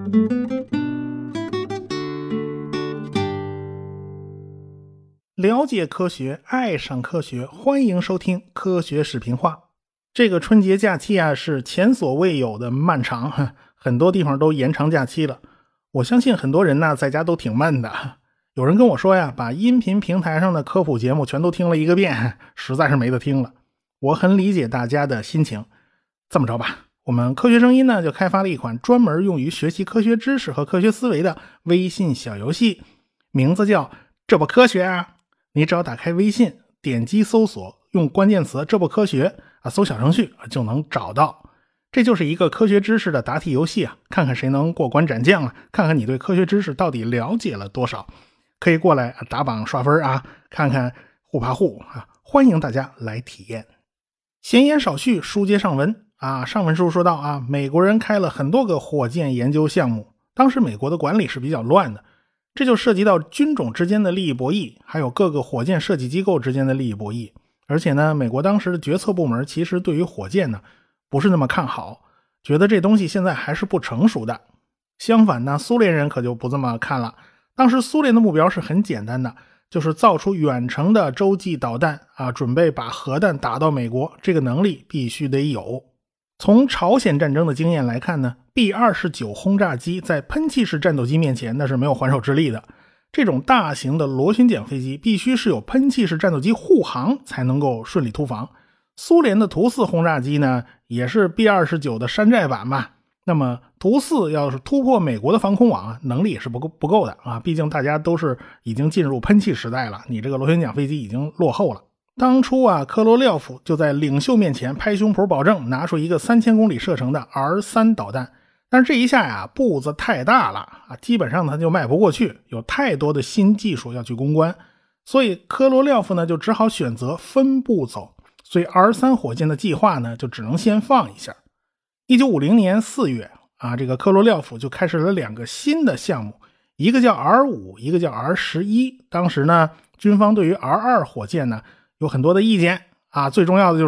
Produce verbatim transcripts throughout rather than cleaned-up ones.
了解科学，爱上科学，欢迎收听科学视频化。这个春节假期啊，是前所未有的漫长，很多地方都延长假期了。我相信很多人呢，在家都挺闷的。有人跟我说呀，把音频平台上的科普节目全都听了一个遍，实在是没得听了。我很理解大家的心情。这么着吧，我们科学声音呢，就开发了一款专门用于学习科学知识和科学思维的微信小游戏，名字叫这不科学啊。你只要打开微信，点击搜索，用关键词这不科学啊，搜小程序就能找到。这就是一个科学知识的答题游戏啊，看看谁能过关斩将啊，看看你对科学知识到底了解了多少。可以过来打榜刷分啊，看看互爬互啊，欢迎大家来体验。闲言少叙，书接上文啊，上文书说到啊，美国人开了很多个火箭研究项目，当时美国的管理是比较乱的。这就涉及到军种之间的利益博弈，还有各个火箭设计机构之间的利益博弈。而且呢，美国当时的决策部门其实对于火箭呢不是那么看好，觉得这东西现在还是不成熟的。相反呢，苏联人可就不这么看了。当时苏联的目标是很简单的，就是造出远程的洲际导弹啊，准备把核弹打到美国，这个能力必须得有。从朝鲜战争的经验来看呢， B 二十九 轰炸机在喷气式战斗机面前那是没有还手之力的。这种大型的螺旋桨飞机必须是有喷气式战斗机护航才能够顺利突防。苏联的图四轰炸机呢，也是 B 二十九 的山寨版吧。那么图四要是突破美国的防空网啊，能力也是不够不够的啊，毕竟大家都是已经进入喷气时代了，你这个螺旋桨飞机已经落后了。当初啊，科罗廖夫就在领袖面前拍胸脯保证拿出一个三千公里射程的 R 三 导弹，但是这一下呀，步子太大了啊，基本上他就迈不过去，有太多的新技术要去攻关，所以科罗廖夫呢就只好选择分步走，所以 R 三 火箭的计划呢就只能先放一下。一九五零年四月啊，这个科罗廖夫就开始了两个新的项目，一个叫 R 五， 一个叫 R 十一。当时呢，军方对于 R 二 火箭呢有很多的意见啊，最重要的就是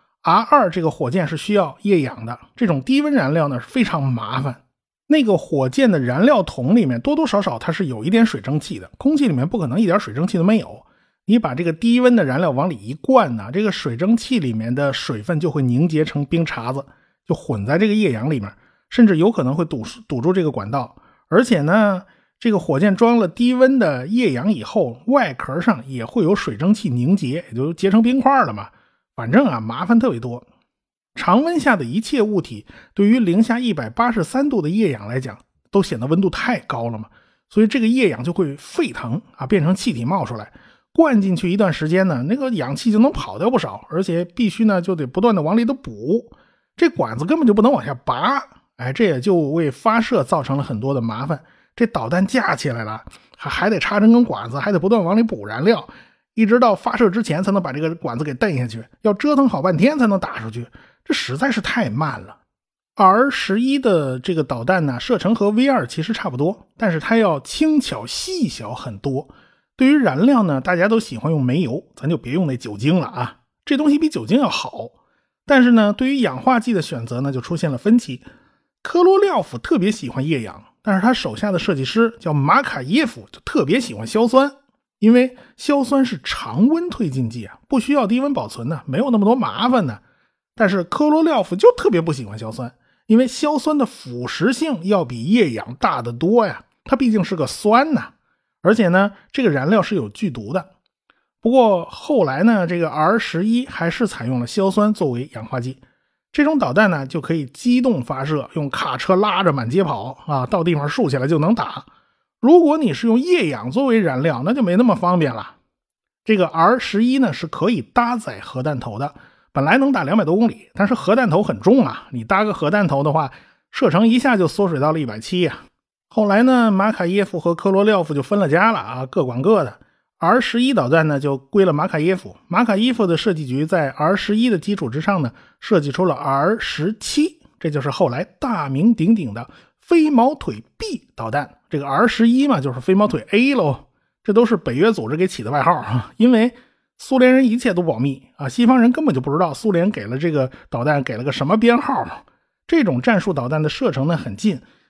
R 二 这个火箭是需要液氧的，这种低温燃料呢非常麻烦。那个火箭的燃料桶里面多多少少它是有一点水蒸气的，空气里面不可能一点水蒸气都没有。你把这个低温的燃料往里一灌呢，这个水蒸气里面的水分就会凝结成冰碴子，就混在这个液氧里面，甚至有可能会堵堵住这个管道。而且呢，这个火箭装了低温的液氧以后，外壳上也会有水蒸气凝结，也就结成冰块了嘛。反正啊，麻烦特别多。常温下的一切物体对于零下一百八十三度的液氧来讲都显得温度太高了嘛，所以这个液氧就会沸腾啊，变成气体冒出来，灌进去一段时间呢，那个氧气就能跑掉不少，而且必须呢就得不断的往里头补，这管子根本就不能往下拔。哎，这也就为发射造成了很多的麻烦。这导弹架起来了，还还得插针根管子，还得不断往里补燃料，一直到发射之前才能把这个管子给蹬下去，要折腾好半天才能打出去，这实在是太慢了。R 十一 的这个导弹呢，射程和 V 二 其实差不多，但是它要轻巧细小很多。对于燃料呢，大家都喜欢用煤油，咱就别用那酒精了啊，这东西比酒精要好。但是呢，对于氧化剂的选择呢，就出现了分歧。科罗廖夫特别喜欢液氧，但是他手下的设计师叫马卡耶夫就特别喜欢硝酸，因为硝酸是常温推进剂啊，不需要低温保存的，没有那么多麻烦的。但是科罗廖夫就特别不喜欢硝酸，因为硝酸的腐蚀性要比液氧大得多呀，它毕竟是个酸呐，而且呢，这个燃料是有剧毒的。不过后来呢，这个 R 十一 还是采用了硝酸作为氧化剂。这种导弹呢，就可以机动发射，用卡车拉着满街跑啊，到地方竖起来就能打。如果你是用液氧作为燃料，那就没那么方便了。这个 R 十一 呢，是可以搭载核弹头的，本来能打两百多公里，但是核弹头很重啊，你搭个核弹头的话，射程一下就缩水到了一百七十啊。后来呢，马卡耶夫和科罗廖夫就分了家了啊，各管各的。R 十一 导弹呢就归了马卡耶夫，马卡耶夫的设计局在 R 十一 的基础之上呢，设计出了 R 十七， 这就是后来大名鼎鼎的飞毛腿 B 导弹。这个 R 十一 嘛，就是飞毛腿 A 咯，这都是北约组织给起的外号啊，因为苏联人一切都保密啊，西方人根本就不知道苏联给了这个导弹给了个什么编号。这种战术导弹的射程呢很近，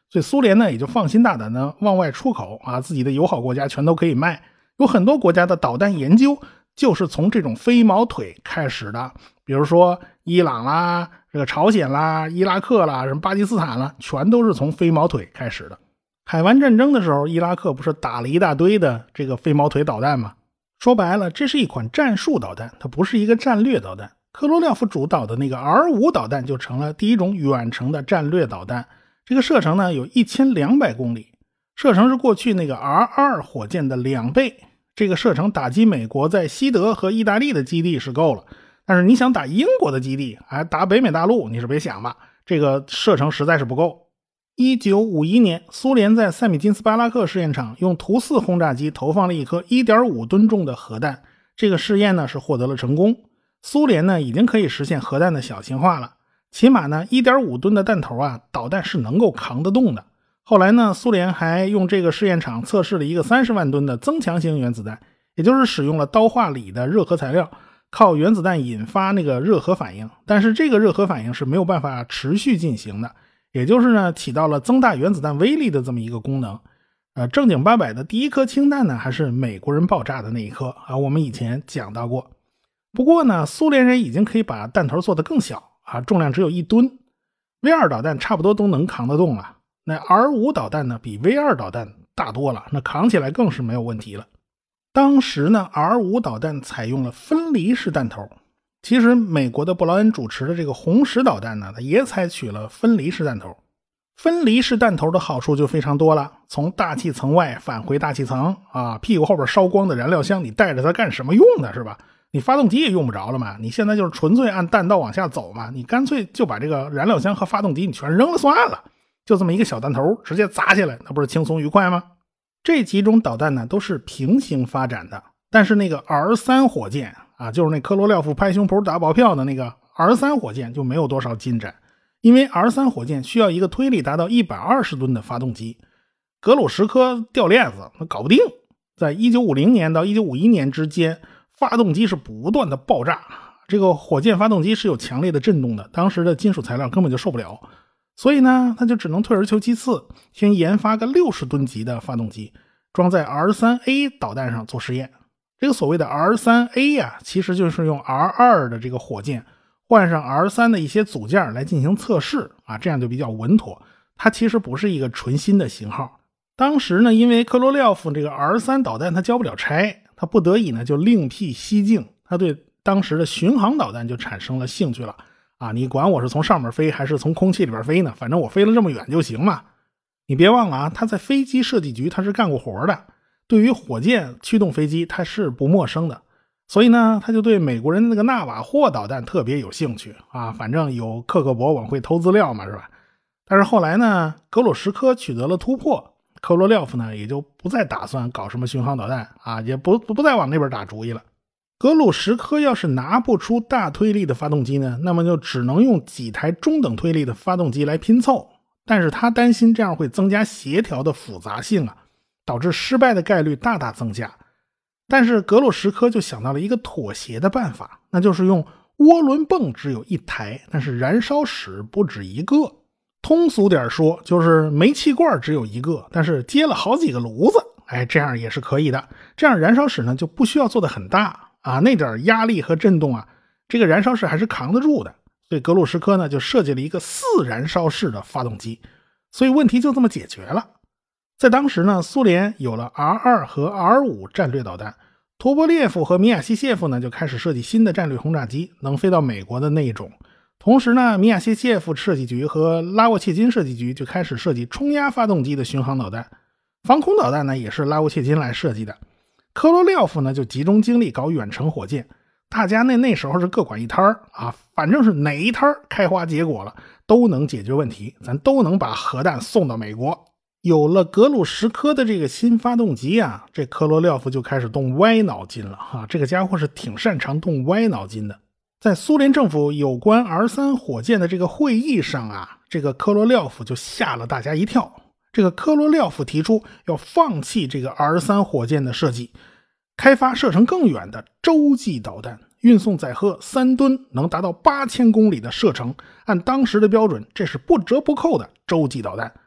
所以苏联呢也就放心大胆的往外出口啊，自己的友好国家全都可以卖。有很多国家的导弹研究就是从这种飞毛腿开始的，比如说伊朗啦、这个朝鲜啦、伊拉克啦、什么巴基斯坦啦，全都是从飞毛腿开始的。海湾战争的时候，伊拉克不是打了一大堆的这个飞毛腿导弹吗？说白了，这是一款战术导弹，它不是一个战略导弹。科罗廖夫主导的那个 R 五 导弹就成了第一种远程的战略导弹，这个射程呢有一千两百公里，射程是过去那个 R 二 火箭的两倍。这个射程打击美国在西德和意大利的基地是够了，但是你想打英国的基地，还打北美大陆，你是别想吧，这个射程实在是不够。一九五一年，苏联在塞米金斯巴拉克试验场用图四轰炸机投放了一颗 一点五吨重的核弹，这个试验呢是获得了成功。苏联呢已经可以实现核弹的小型化了，起码呢 一点五吨的弹头啊，导弹是能够扛得动的。后来呢，苏联还用这个试验场测试了一个三十万吨的增强型原子弹，也就是使用了刀化锂的热核材料，靠原子弹引发那个热核反应，但是这个热核反应是没有办法持续进行的，也就是呢起到了增大原子弹威力的这么一个功能。呃，正经八百的第一颗氢弹呢，还是美国人爆炸的那一颗啊，我们以前讲到过。不过呢，苏联人已经可以把弹头做得更小啊，重量只有一吨 ，V 二 导弹差不多都能扛得动了。那 R 五 导弹呢，比 V 二 导弹大多了，那扛起来更是没有问题了。当时呢 R 五 导弹采用了分离式弹头，其实美国的布劳恩主持的这个红石导弹呢，它也采取了分离式弹头。分离式弹头的好处就非常多了，从大气层外返回大气层啊，屁股后边烧光的燃料箱你带着它干什么用的，是吧？你发动机也用不着了嘛，你现在就是纯粹按弹道往下走嘛，你干脆就把这个燃料箱和发动机你全扔了算了，就这么一个小弹头直接砸下来，那不是轻松愉快吗？这几种导弹呢都是平行发展的，但是那个 R 三 火箭啊，就是那科罗廖夫拍胸脯打保票的那个 R 三 火箭就没有多少进展，因为 R 三 火箭需要一个推力达到一百二十吨的发动机，格鲁什科掉链子那搞不定。在一九五零年到一九五一年之间，发动机是不断的爆炸，这个火箭发动机是有强烈的震动的，当时的金属材料根本就受不了，所以呢他就只能退而求其次，先研发个六十吨级的发动机装在 R 三 A 导弹上做实验。这个所谓的 R 三 A 呀、啊，其实就是用 R 二 的这个火箭换上 R 三 的一些组件来进行测试啊，这样就比较稳妥，它其实不是一个纯新的型号。当时呢因为科罗廖夫这个 R 三 导弹它交不了差，他不得已呢就另辟蹊径，他对当时的巡航导弹就产生了兴趣了啊！你管我是从上面飞还是从空气里边飞呢？反正我飞了这么远就行嘛。你别忘了啊，他在飞机设计局他是干过活的，对于火箭驱动飞机他是不陌生的，所以呢他就对美国人那个纳瓦霍导弹特别有兴趣啊！反正有克格勃往会偷资料嘛，是吧？但是后来呢，格鲁什科取得了突破，科罗廖夫呢也就不再打算搞什么巡航导弹啊，也不不再往那边打主意了。格鲁什科要是拿不出大推力的发动机呢，那么就只能用几台中等推力的发动机来拼凑，但是他担心这样会增加协调的复杂性啊，导致失败的概率大大增加。但是格鲁什科就想到了一个妥协的办法，那就是用涡轮泵只有一台，但是燃烧室不止一个。通俗点说，就是煤气罐只有一个，但是接了好几个炉子，哎，这样也是可以的。这样燃烧室呢就不需要做得很大啊，那点压力和震动啊，这个燃烧室还是扛得住的。所以格鲁什科呢就设计了一个四燃烧室的发动机，所以问题就这么解决了。在当时呢，苏联有了 R 二 和 R 五 战略导弹，图波列夫和米亚西谢夫呢就开始设计新的战略轰炸机，能飞到美国的那一种。同时呢，米亚西谢夫设计局和拉沃切金设计局就开始设计冲压发动机的巡航导弹，防空导弹呢也是拉沃切金来设计的。科罗廖夫呢就集中精力搞远程火箭，大家那那时候是各管一摊儿啊，反正是哪一摊儿开花结果了，都能解决问题，咱都能把核弹送到美国。有了格鲁什科的这个新发动机啊，这科罗廖夫就开始动歪脑筋了啊，这个家伙是挺擅长动歪脑筋的。在苏联政府有关 R 三 火箭的这个会议上啊，这个科罗廖夫就吓了大家一跳。这个科罗廖夫提出要放弃这个 R 三 火箭的设计，开发射程更远的洲际导弹，运送载荷三吨，能达到八千公里的射程，按当时的标准，这是不折不扣的洲际导弹。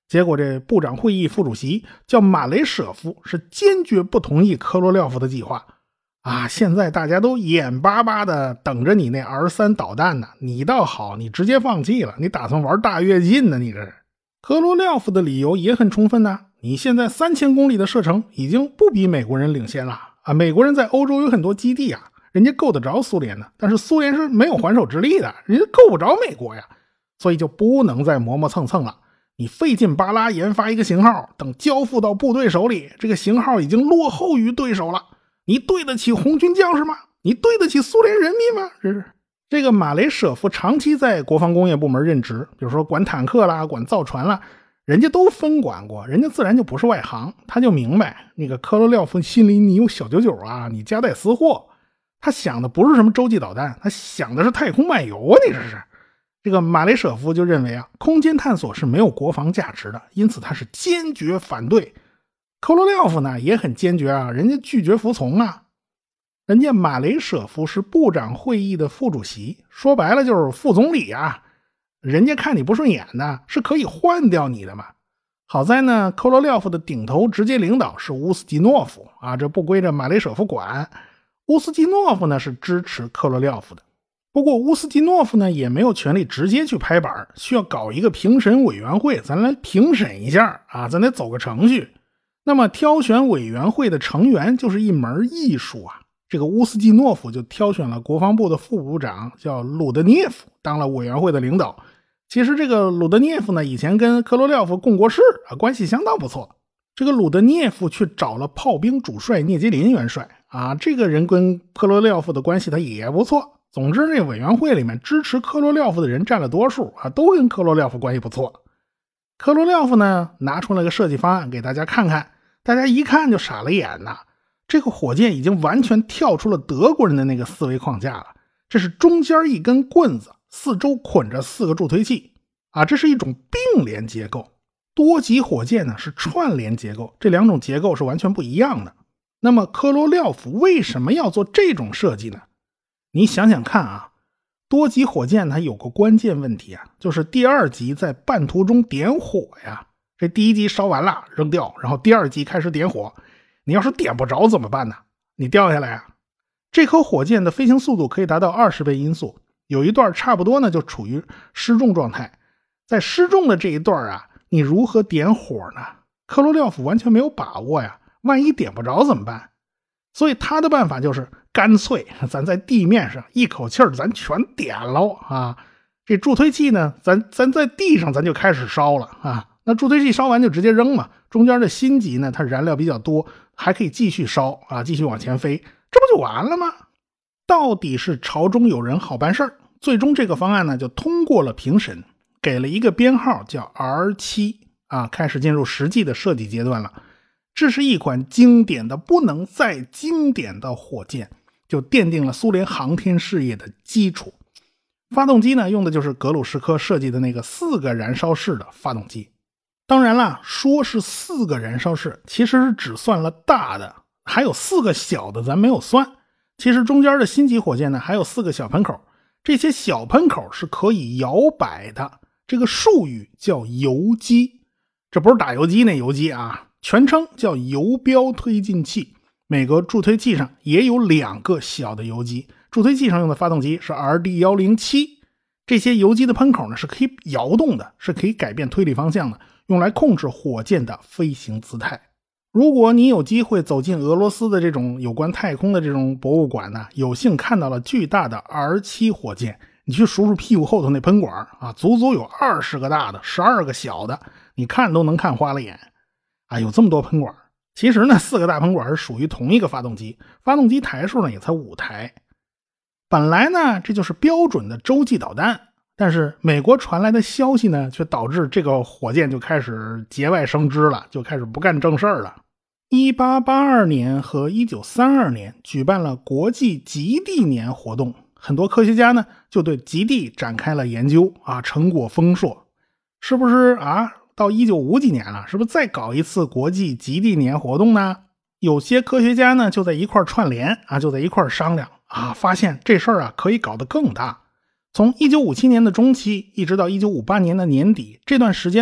结果这部长会议副主席叫马雷舍夫是坚决不同意科罗廖夫的计划啊！现在大家都眼巴巴的等着你那 R 三 导弹呢，你倒好，你直接放弃了，你打算玩大跃进呢？你这是。科罗廖夫的理由也很充分呐、啊，你现在三千公里的射程已经不比美国人领先了啊！美国人在欧洲有很多基地啊，人家够得着苏联的，但是苏联是没有还手之力的，人家够不着美国呀，所以就不能再磨磨蹭蹭了。你费劲巴拉研发一个型号，等交付到部队手里，这个型号已经落后于对手了。你对得起红军将士吗？你对得起苏联人民吗？这是。这个马雷舍夫长期在国防工业部门任职，比如说管坦克啦，管造船啦，人家都分管过，人家自然就不是外行，他就明白那个科罗廖夫心里你有小九九啊，你夹带私货。他想的不是什么洲际导弹，他想的是太空漫游啊，你这是。这个马雷舍夫就认为啊，空间探索是没有国防价值的，因此他是坚决反对。科罗廖夫呢也很坚决啊，人家拒绝服从啊。人家马雷舍夫是部长会议的副主席，说白了就是副总理啊，人家看你不顺眼呢，是可以换掉你的嘛。好在呢，科罗廖夫的顶头直接领导是乌斯基诺夫啊，这不归这马雷舍夫管。乌斯基诺夫呢是支持科罗廖夫的，不过乌斯基诺夫呢也没有权利直接去拍板，需要搞一个评审委员会，咱来评审一下啊，咱得走个程序。那么挑选委员会的成员就是一门艺术啊。这个乌斯基诺夫就挑选了国防部的副部长叫鲁德涅夫当了委员会的领导。其实这个鲁德涅夫呢以前跟科罗廖夫共过事啊，关系相当不错。这个鲁德涅夫去找了炮兵主帅聂杰林元帅啊，这个人跟科罗廖夫的关系他也不错。总之这委员会里面支持科罗廖夫的人占了多数啊，都跟科罗廖夫关系不错。科罗廖夫呢拿出了个设计方案给大家看看，大家一看就傻了眼呐。这个火箭已经完全跳出了德国人的那个思维框架了，这是中间一根棍子，四周捆着四个助推器啊，这是一种并联结构。多级火箭呢是串联结构，这两种结构是完全不一样的。那么科罗廖夫为什么要做这种设计呢？你想想看啊，多级火箭它有个关键问题啊，就是第二级在半途中点火呀。这第一级烧完了扔掉，然后第二级开始点火，你要是点不着怎么办呢？你掉下来啊。这颗火箭的飞行速度可以达到二十倍音速，有一段差不多呢就处于失重状态。在失重的这一段啊，你如何点火呢？科罗廖夫完全没有把握呀，万一点不着怎么办？所以他的办法就是干脆咱在地面上一口气儿咱全点了啊。这助推器呢咱咱在地上咱就开始烧了啊。那助推器烧完就直接扔嘛，中间的心级呢它燃料比较多，还可以继续烧啊，继续往前飞，这不就完了吗？到底是朝中有人好办事儿，最终这个方案呢就通过了评审，给了一个编号叫 R 七 啊，开始进入实际的设计阶段了。这是一款经典的不能再经典的火箭，就奠定了苏联航天事业的基础。发动机呢用的就是格鲁什科设计的那个四个燃烧室的发动机。当然啦，说是四个燃烧室，其实是只算了大的，还有四个小的咱没有算。其实中间的星级火箭呢还有四个小喷口，这些小喷口是可以摇摆的，这个术语叫游机，这不是打游击那游击啊，全称叫游标推进器。每个助推器上也有两个小的游机，助推器上用的发动机是 R D 一零七。 这些游机的喷口呢是可以摇动的，是可以改变推力方向的，用来控制火箭的飞行姿态。如果你有机会走进俄罗斯的这种有关太空的这种博物馆呢，有幸看到了巨大的 R 七 火箭，你去数数屁股后头那喷管啊，足足有二十个大的，十二个小的，你看都能看花了眼啊！有这么多喷管，其实呢，四个大喷管是属于同一个发动机，发动机台数呢也才五台。本来呢，这就是标准的洲际导弹，但是美国传来的消息呢，却导致这个火箭就开始节外生枝了，就开始不干正事儿了。一八八二年和一九三二年举办了国际极地年活动，很多科学家呢就对极地展开了研究啊，成果丰硕。是不是啊？到一九五几年了，是不是再搞一次国际极地年活动呢？有些科学家呢就在一块串联啊，就在一块商量啊，发现这事儿啊可以搞得更大。从一九五七年的中期一直到一九五八年的年底，这段时间呢，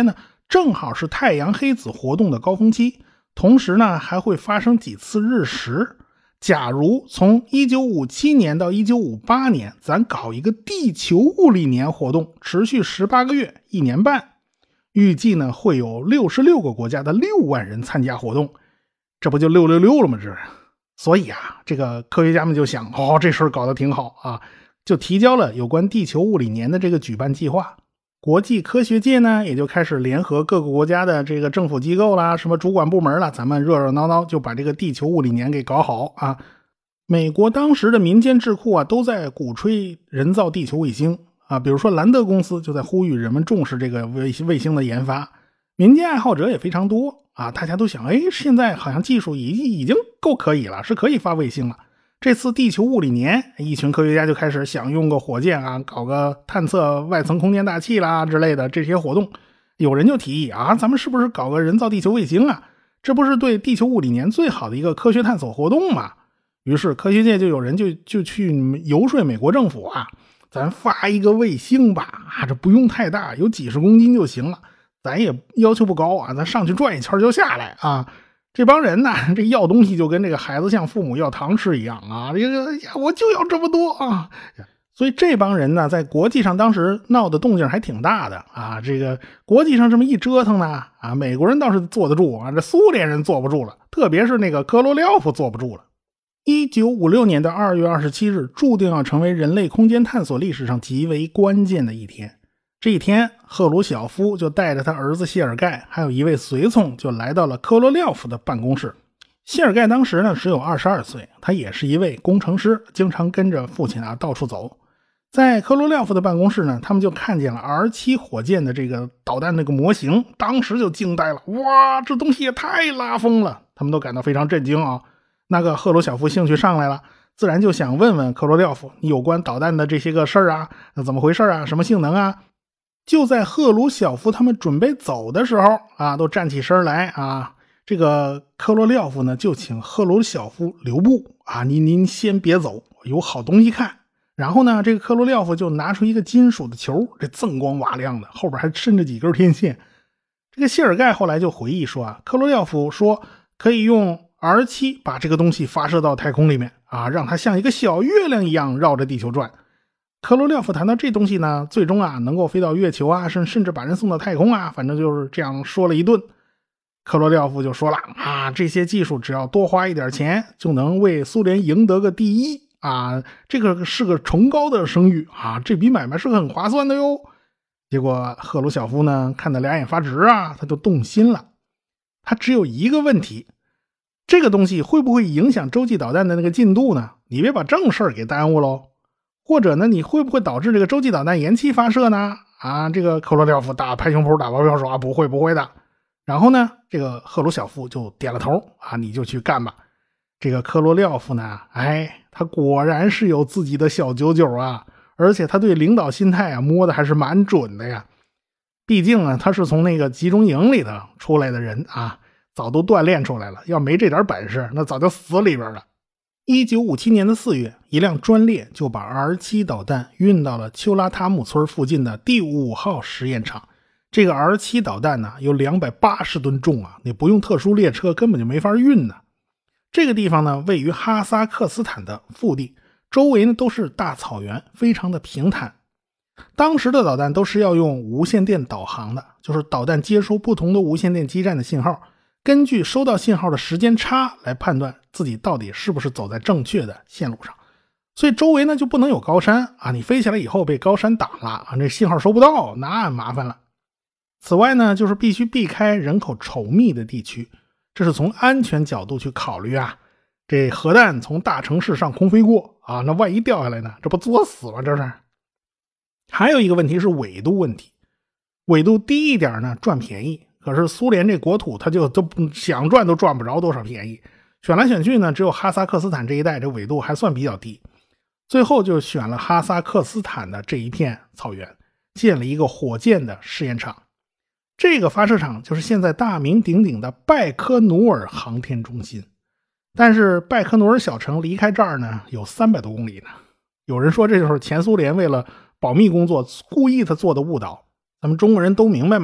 正好是太阳黑子活动的高峰期，同时呢还会发生几次日食。假如从一九五七年到一九五八年，咱搞一个地球物理年活动，持续十八个月，一年半，预计呢会有六十六个国家的六万人参加活动，这不就六六六了吗？这所以啊，这个科学家们就想，哦，这事儿搞得挺好啊，就提交了有关地球物理年的这个举办计划。国际科学界呢也就开始联合各个国家的这个政府机构啦，什么主管部门啦，咱们热热闹闹就把这个地球物理年给搞好啊。美国当时的民间智库啊都在鼓吹人造地球卫星啊，比如说兰德公司就在呼吁人们重视这个卫卫星的研发，民间爱好者也非常多啊，大家都想，哎，现在好像技术已已经够可以了，是可以发卫星了。这次地球物理年，一群科学家就开始想用个火箭啊，搞个探测外层空间大气啦之类的这些活动。有人就提议啊，咱们是不是搞个人造地球卫星啊？这不是对地球物理年最好的一个科学探索活动吗？于是科学界就有人就就去游说美国政府啊，咱发一个卫星吧，啊，这不用太大，有几十公斤就行了，咱也要求不高啊，咱上去转一圈就下来啊。这帮人呢，这要东西就跟这个孩子向父母要糖吃一样啊，这个我就要这么多啊。所以这帮人呢，在国际上当时闹的动静还挺大的啊。这个国际上这么一折腾呢，啊，美国人倒是坐得住啊，这苏联人坐不住了，特别是那个科罗廖夫坐不住了。一九五六年的二月二十七日，注定要成为人类空间探索历史上极为关键的一天。这一天，赫鲁晓夫就带着他儿子谢尔盖还有一位随从就来到了科罗廖夫的办公室。谢尔盖当时呢只有二十二岁，他也是一位工程师，经常跟着父亲啊到处走。在科罗廖夫的办公室呢，他们就看见了 R 七 火箭的这个导弹那个模型，当时就惊呆了，哇，这东西也太拉风了，他们都感到非常震惊啊。那个赫鲁晓夫兴趣上来了，自然就想问问科罗廖夫，你有关导弹的这些个事儿啊，那怎么回事啊，什么性能啊。就在赫鲁晓夫他们准备走的时候啊，都站起身来啊，这个科罗廖夫呢就请赫鲁晓夫留步啊，您您先别走，有好东西看。然后呢，这个科罗廖夫就拿出一个金属的球，这锃光瓦亮的，后边还伸着几根天线。这个谢尔盖后来就回忆说啊，科罗廖夫说可以用 R 七 把这个东西发射到太空里面啊，让它像一个小月亮一样绕着地球转。科罗廖夫谈到这东西呢，最终啊能够飞到月球啊，甚甚至把人送到太空啊，反正就是这样说了一顿。科罗廖夫就说了啊，这些技术只要多花一点钱，就能为苏联赢得个第一啊，这个是个崇高的声誉啊，这笔买卖是很划算的哟。结果赫鲁晓夫呢看得两眼发直啊，他就动心了。他只有一个问题，这个东西会不会影响洲际导弹的那个进度呢？你别把正事儿给耽误喽。或者呢，你会不会导致这个洲际导弹延期发射呢？啊，这个科罗廖夫打拍胸脯打包票说啊，不会不会的。然后呢，这个赫鲁晓夫就点了头啊，你就去干吧。这个科罗廖夫呢，哎，他果然是有自己的小九九啊，而且他对领导心态啊摸的还是蛮准的呀。毕竟啊，他是从那个集中营里头出来的人啊，早都锻炼出来了，要没这点本事，那早就死里边了。一九五七年的四月，一辆专列就把 R 七 导弹运到了丘拉塔姆村附近的第五号实验场。这个 R 七 导弹呢有两百八十吨重啊，你不用特殊列车根本就没法运呢。这个地方呢位于哈萨克斯坦的腹地，周围呢都是大草原，非常的平坦。当时的导弹都是要用无线电导航的，就是导弹接收不同的无线电基站的信号，根据收到信号的时间差来判断自己到底是不是走在正确的线路上。所以周围呢就不能有高山啊，你飞起来以后被高山挡了啊，这信号收不到，那麻烦了。此外呢，就是必须避开人口稠密的地区，这是从安全角度去考虑啊。这核弹从大城市上空飞过啊，那万一掉下来呢，这不作死吗？这是。还有一个问题是纬度问题，纬度低一点呢赚便宜，可是苏联这国土它就都想赚都赚不着多少便宜，选来选去呢，只有哈萨克斯坦这一带这纬度还算比较低，最后就选了哈萨克斯坦的这一片草原，建了一个火箭的试验场。这个发射场就是现在大名鼎鼎的拜科努尔航天中心。但是拜科努尔小城离开这儿呢有三百多公里呢，有人说这就是前苏联为了保密工作故意他做的误导。咱们中国人都明白嘛，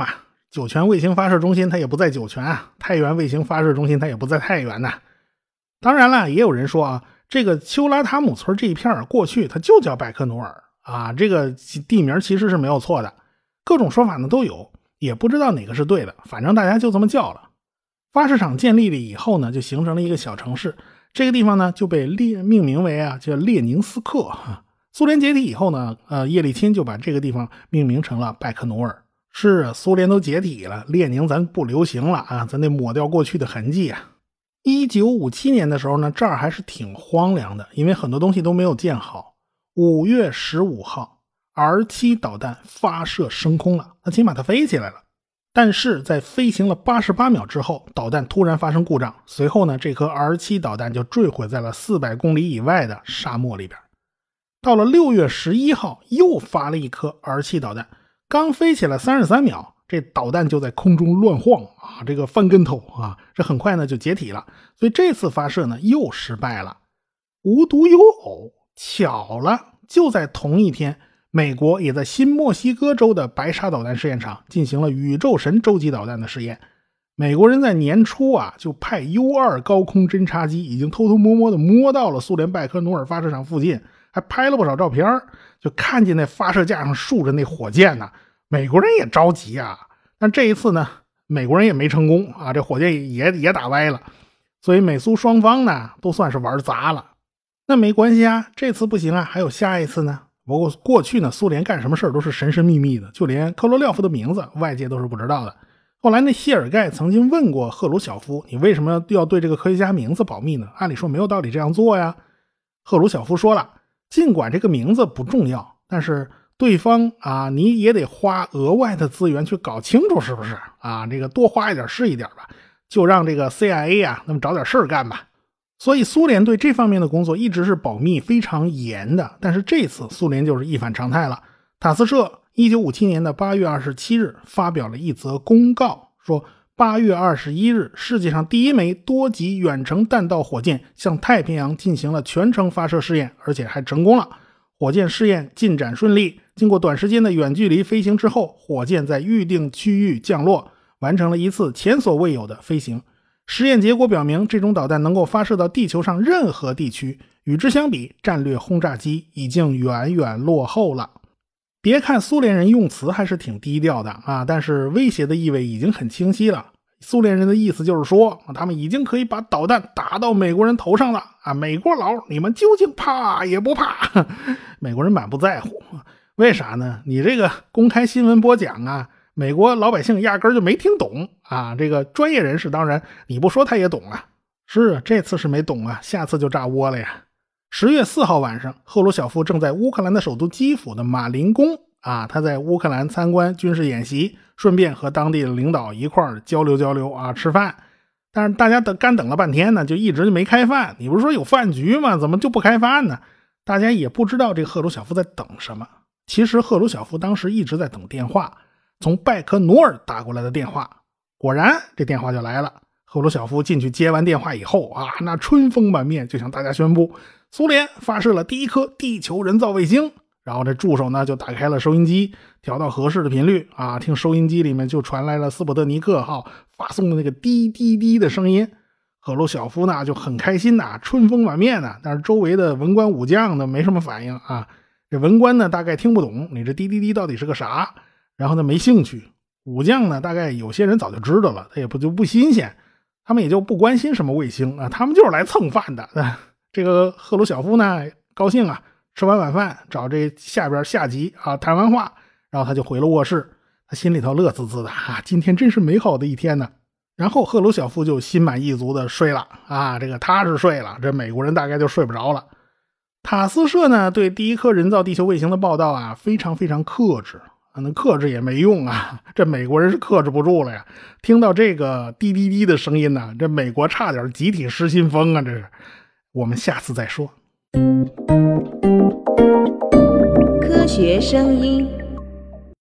酒泉卫星发射中心它也不在酒泉啊，太原卫星发射中心它也不在太原呐、啊。当然了，也有人说啊，这个丘拉塔姆村这一片过去它就叫拜科努尔啊，这个地名其实是没有错的，各种说法呢都有，也不知道哪个是对的，反正大家就这么叫了。发射场建立了以后呢，就形成了一个小城市，这个地方呢就被列命名为啊叫列宁斯克啊。苏联解体以后呢，呃，叶利钦就把这个地方命名成了拜科努尔。是啊，苏联都解体了，列宁咱不流行了啊，咱得抹掉过去的痕迹啊。一九五七年的时候呢，这儿还是挺荒凉的，因为很多东西都没有建好。五月十五号 R 七 导弹发射升空了，那起码它飞起来了。但是在飞行了八十八秒之后，导弹突然发生故障，随后呢，这颗 R 七 导弹就坠毁在了四百公里以外的沙漠里边。到了六月十一号，又发了一颗 R 七 导弹，刚飞起来三十三秒，这导弹就在空中乱晃啊，这个翻跟头啊，这很快呢就解体了。所以这次发射呢又失败了。无独有偶，巧了，就在同一天，美国也在新墨西哥州的白沙导弹试验场进行了宇宙神洲际导弹的试验。美国人在年初啊就派 U 二 高空侦察机已经偷偷摸摸的摸到了苏联拜科努尔发射场附近，还拍了不少照片，就看见那发射架上竖着那火箭呢。美国人也着急啊，但这一次呢，美国人也没成功啊，这火箭也也打歪了，所以美苏双方呢都算是玩砸了。那没关系啊，这次不行啊，还有下一次呢。不过过去呢，苏联干什么事儿都是神神秘秘的，就连科罗廖夫的名字外界都是不知道的。后来那谢尔盖曾经问过赫鲁晓夫，你为什么要对这个科学家名字保密呢？按理说没有道理这样做呀。赫鲁晓夫说了，尽管这个名字不重要，但是对方啊，你也得花额外的资源去搞清楚是不是啊？这个多花一点是一点吧，就让这个 C I A 啊，那么找点事儿干吧。所以苏联对这方面的工作一直是保密非常严的，但是这次苏联就是一反常态了。塔斯社一九五七年的八月二十七日发表了一则公告，说八月二十一日，世界上第一枚多级远程弹道火箭向太平洋进行了全程发射试验，而且还成功了。火箭试验进展顺利，经过短时间的远距离飞行之后，火箭在预定区域降落，完成了一次前所未有的飞行。实验结果表明，这种导弹能够发射到地球上任何地区，与之相比，战略轰炸机已经远远落后了。别看苏联人用词还是挺低调的啊，但是威胁的意味已经很清晰了。苏联人的意思就是说，他们已经可以把导弹打到美国人头上了啊！美国佬，你们究竟怕也不怕？美国人满不在乎，为啥呢？你这个公开新闻播讲啊，美国老百姓压根就没听懂啊！这个专业人士当然你不说他也懂啊。是，这次是没懂啊，下次就炸窝了呀。十月四号晚上，赫鲁晓夫正在乌克兰的首都基辅的马林宫啊，他在乌克兰参观军事演习，顺便和当地的领导一块儿交流交流啊，吃饭。但是大家等干等了半天呢，就一直就没开饭。你不是说有饭局吗？怎么就不开饭呢？大家也不知道这个赫鲁晓夫在等什么。其实赫鲁晓夫当时一直在等电话，从拜科努尔打过来的电话。果然这电话就来了。赫鲁晓夫进去接完电话以后啊，那春风满面，就向大家宣布，苏联发射了第一颗地球人造卫星。然后这助手呢就打开了收音机，调到合适的频率啊，听收音机里面就传来了斯普特尼克号发送的那个滴滴滴的声音。赫鲁晓夫呢就很开心呐，春风满面呐，但是周围的文官武将呢没什么反应啊。这文官呢大概听不懂你这滴滴滴到底是个啥，然后呢没兴趣。武将呢大概有些人早就知道了，他也不就不新鲜，他们也就不关心什么卫星啊，他们就是来蹭饭的。这个赫鲁晓夫呢高兴啊，吃完晚饭找这下边下级啊谈完话，然后他就回了卧室，他心里头乐滋滋的啊，今天真是美好的一天呢。然后赫鲁晓夫就心满意足的睡了啊，这个踏实睡了，这美国人大概就睡不着了。塔斯社呢对第一颗人造地球卫星的报道啊非常非常克制，那克制也没用啊，这美国人是克制不住了呀。听到这个滴滴滴的声音呢，这美国差点集体失心疯啊，这是。我们下次再说。 科学声音。